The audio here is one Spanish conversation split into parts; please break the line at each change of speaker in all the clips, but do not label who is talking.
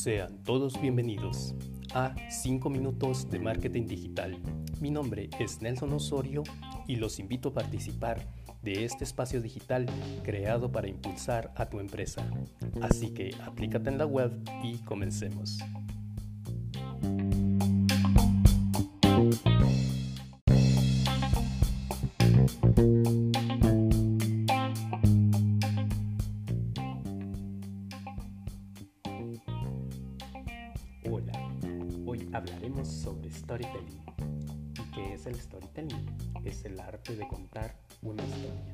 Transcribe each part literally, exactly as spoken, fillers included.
Sean todos bienvenidos a cinco minutos de marketing digital. Mi nombre es Nelson Osorio y los invito a participar de este espacio digital creado para impulsar a tu empresa. Así que aplícate en la web y comencemos. Hola, hoy hablaremos sobre storytelling. ¿Y qué es el storytelling? Es el arte de contar una historia.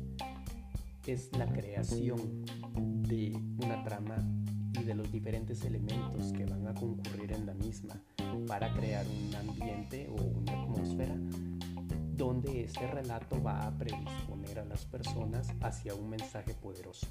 Es la creación de una trama y de los diferentes elementos que van a concurrir en la misma para crear un ambiente o una atmósfera donde este relato va a predisponer a las personas hacia un mensaje poderoso.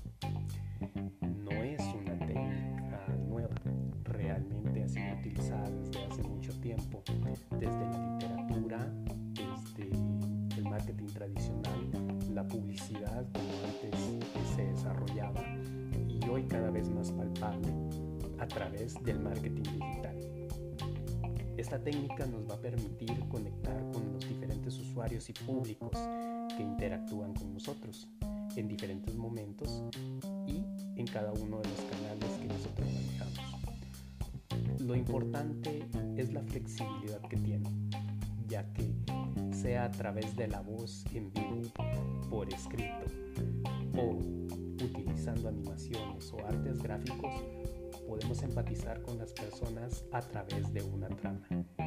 No es una técnica nueva, realmente ha sido utilizada desde hace mucho tiempo, desde la literatura, desde el marketing tradicional, la publicidad como antes se desarrollaba y hoy cada vez más palpable a través del marketing digital. Esta técnica nos va a permitir conectar con los diferentes usuarios y públicos que interactúan con nosotros en diferentes momentos y en cada uno de los canales que nosotros manejamos. Lo importante es la flexibilidad que tiene, ya que sea a través de la voz en vivo, por escrito o utilizando animaciones o artes gráficos, podemos empatizar con las personas a través de una trama.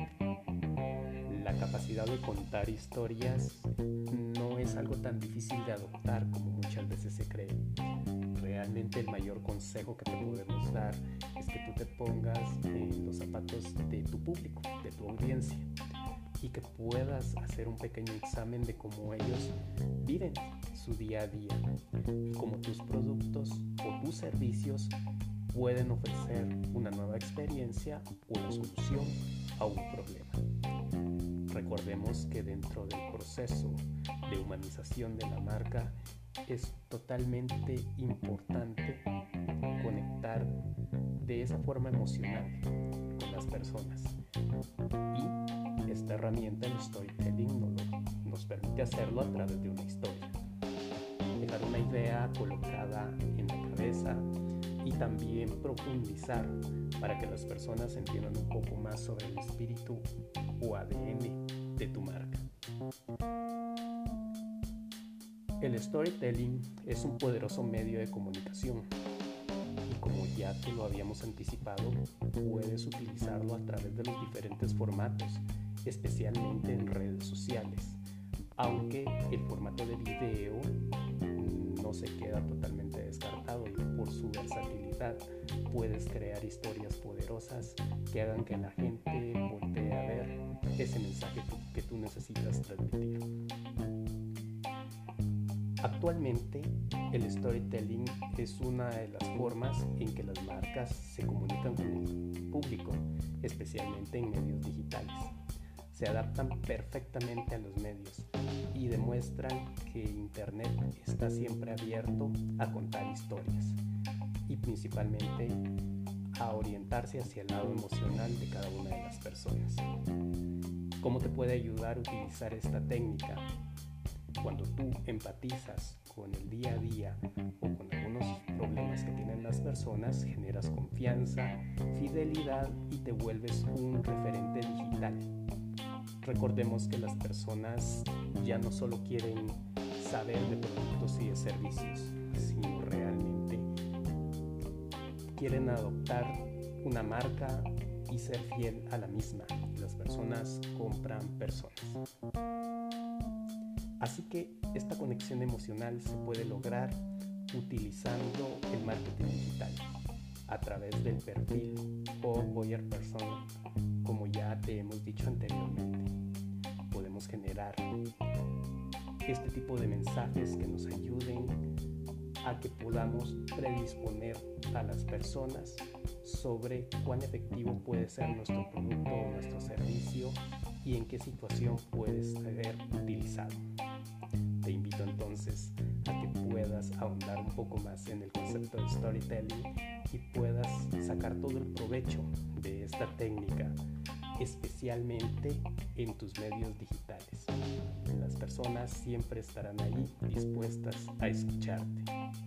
La capacidad de contar historias no es algo tan difícil de adoptar como muchas veces se cree. Realmente el mayor consejo que te podemos dar es que tú te pongas en los zapatos de tu público, de tu audiencia, y que puedas hacer un pequeño examen de cómo ellos viven su día a día y cómo tus productos o tus servicios pueden ofrecer una nueva experiencia o una solución a un problema. Recordemos que dentro del proceso de humanización de la marca es totalmente importante conectar de esa forma emocional con las personas. Y esta herramienta, el storytelling, nos, nos permite hacerlo a través de una historia. Dejar una idea colocada en la cabeza y también profundizar para que las personas entiendan un poco más sobre el espíritu o A D N de tu marca. El storytelling es un poderoso medio de comunicación y como ya te lo habíamos anticipado, puedes utilizarlo a través de los diferentes formatos, especialmente en redes sociales, aunque el formato de video no se queda totalmente descartado y por su versatilidad puedes crear historias poderosas que hagan que la gente voltee a ver ese mensaje que tú necesitas transmitir. Actualmente, el storytelling es una de las formas en que las marcas se comunican con el público, especialmente en medios digitales. Se adaptan perfectamente a los medios y demuestran que Internet está siempre abierto a contar historias y principalmente a orientarse hacia el lado emocional de cada una de las personas. ¿Cómo te puede ayudar a utilizar esta técnica? Cuando tú empatizas con el día a día o con algunos problemas que tienen las personas, generas confianza, fidelidad y te vuelves un referente digital. Recordemos que las personas ya no solo quieren saber de productos y de servicios, sino realmente quieren adoptar una marca y ser fiel a la misma. Las personas compran personas. Así que esta conexión emocional se puede lograr utilizando el marketing digital a través del perfil o buyer persona, como ya te hemos dicho anteriormente. Podemos generar este tipo de mensajes que nos ayuden a que podamos predisponer a las personas sobre cuán efectivo puede ser nuestro producto o nuestro servicio y en qué situación puede ser utilizado. Te invito entonces a que puedas ahondar un poco más en el concepto de storytelling y puedas sacar todo el provecho de esta técnica, especialmente en tus medios digitales. Las personas siempre estarán ahí dispuestas a escucharte.